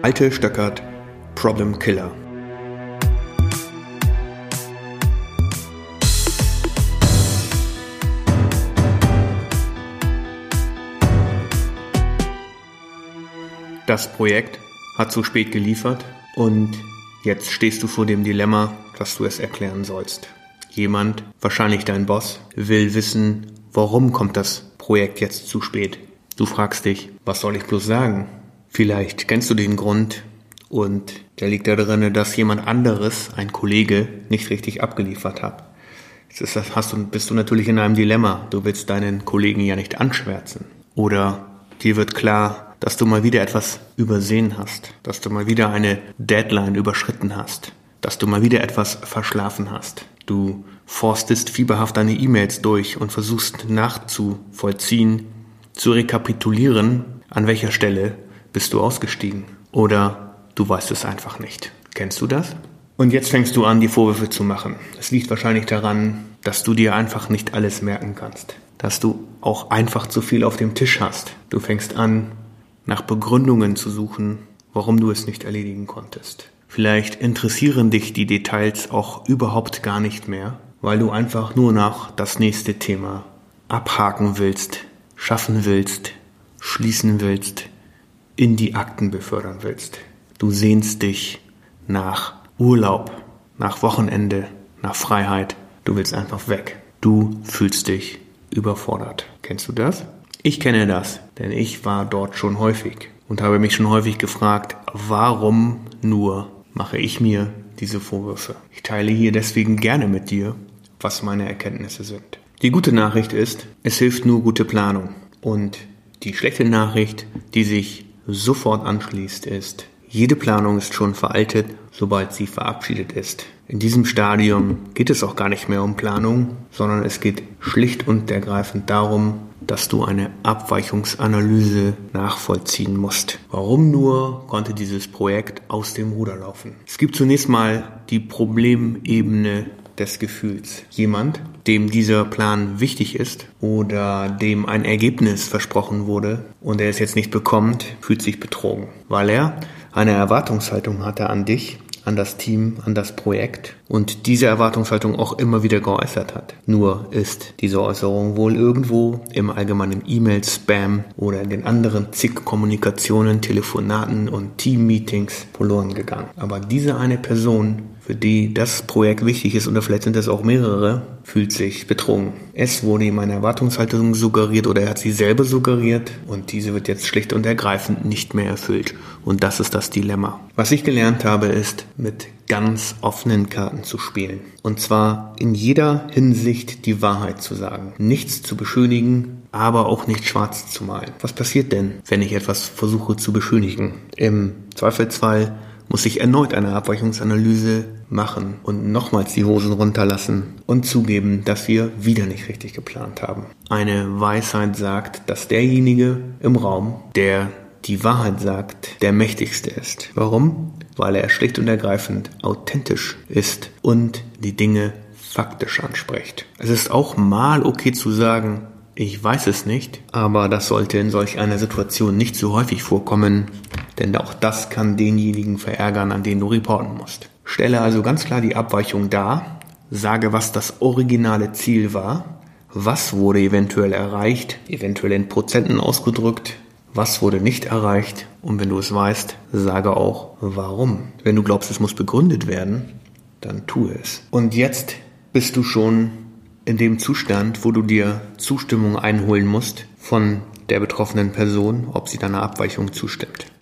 Malte Stöckert, Problem Killer. Das Projekt hat zu spät geliefert und jetzt stehst du vor dem Dilemma, dass du es erklären sollst. Jemand, wahrscheinlich dein Boss, will wissen, warum kommt das Projekt jetzt zu spät. Du fragst dich, was soll ich bloß sagen? Vielleicht kennst du den Grund und der liegt da drin, dass jemand anderes, ein Kollege, nicht richtig abgeliefert hat. Jetzt bist du natürlich in einem Dilemma. Du willst deinen Kollegen ja nicht anschwärzen. Oder dir wird klar, dass du mal wieder etwas übersehen hast, dass du mal wieder eine Deadline überschritten hast, dass du mal wieder etwas verschlafen hast. Du forstest fieberhaft deine E-Mails durch und versuchst nachzuvollziehen, zu rekapitulieren, an welcher Stelle bist du ausgestiegen. Oder du weißt es einfach nicht. Kennst du das? Und jetzt fängst du an, die Vorwürfe zu machen. Es liegt wahrscheinlich daran, dass du dir einfach nicht alles merken kannst. Dass du auch einfach zu viel auf dem Tisch hast. Du fängst an, nach Begründungen zu suchen, warum du es nicht erledigen konntest. Vielleicht interessieren dich die Details auch überhaupt gar nicht mehr, weil du einfach nur noch das nächste Thema abhaken willst, schaffen willst, schließen willst, in die Akten befördern willst. Du sehnst dich nach Urlaub, nach Wochenende, nach Freiheit. Du willst einfach weg. Du fühlst dich überfordert. Kennst du das? Ich kenne das, denn ich war dort schon häufig und habe mich schon häufig gefragt, warum nur mache ich mir diese Vorwürfe? Ich teile hier deswegen gerne mit dir, was meine Erkenntnisse sind. Die gute Nachricht ist, es hilft nur gute Planung. Und die schlechte Nachricht, die sich sofort anschließt, ist, jede Planung ist schon veraltet, sobald sie verabschiedet ist. In diesem Stadium geht es auch gar nicht mehr um Planung, sondern es geht schlicht und ergreifend darum, dass du eine Abweichungsanalyse nachvollziehen musst. Warum nur konnte dieses Projekt aus dem Ruder laufen? Es gibt zunächst mal die Problemebene des Gefühls. Jemand, dem dieser Plan wichtig ist oder dem ein Ergebnis versprochen wurde und er es jetzt nicht bekommt, fühlt sich betrogen, weil er eine Erwartungshaltung hatte an dich, an das Team, an das Projekt und diese Erwartungshaltung auch immer wieder geäußert hat. Nur ist diese Äußerung wohl irgendwo im allgemeinen E-Mail-Spam oder in den anderen zig Kommunikationen, Telefonaten und Team-Meetings verloren gegangen. Aber diese eine Person, für die das Projekt wichtig ist, oder vielleicht sind es auch mehrere, fühlt sich betrogen. Es wurde ihm eine Erwartungshaltung suggeriert oder er hat sie selber suggeriert und diese wird jetzt schlicht und ergreifend nicht mehr erfüllt. Und das ist das Dilemma. Was ich gelernt habe, ist, mit ganz offenen Karten zu spielen. Und zwar in jeder Hinsicht die Wahrheit zu sagen. Nichts zu beschönigen, aber auch nicht schwarz zu malen. Was passiert denn, wenn ich etwas versuche zu beschönigen? Im Zweifelsfall muss ich erneut eine Abweichungsanalyse machen und nochmals die Hosen runterlassen und zugeben, dass wir wieder nicht richtig geplant haben. Eine Weisheit sagt, dass derjenige im Raum, der die Wahrheit sagt, der mächtigste ist. Warum? Weil er schlicht und ergreifend authentisch ist und die Dinge faktisch anspricht. Es ist auch mal okay zu sagen, ich weiß es nicht, aber das sollte in solch einer Situation nicht so häufig vorkommen, denn auch das kann denjenigen verärgern, an den du reporten musst. Stelle also ganz klar die Abweichung dar, sage, was das originale Ziel war, was wurde eventuell erreicht, eventuell in Prozenten ausgedrückt, was wurde nicht erreicht und wenn du es weißt, sage auch, warum. Wenn du glaubst, es muss begründet werden, dann tue es. Und jetzt bist du schon in dem Zustand, wo du dir Zustimmung einholen musst von der betroffenen Person, ob sie deiner Abweichung zustimmt.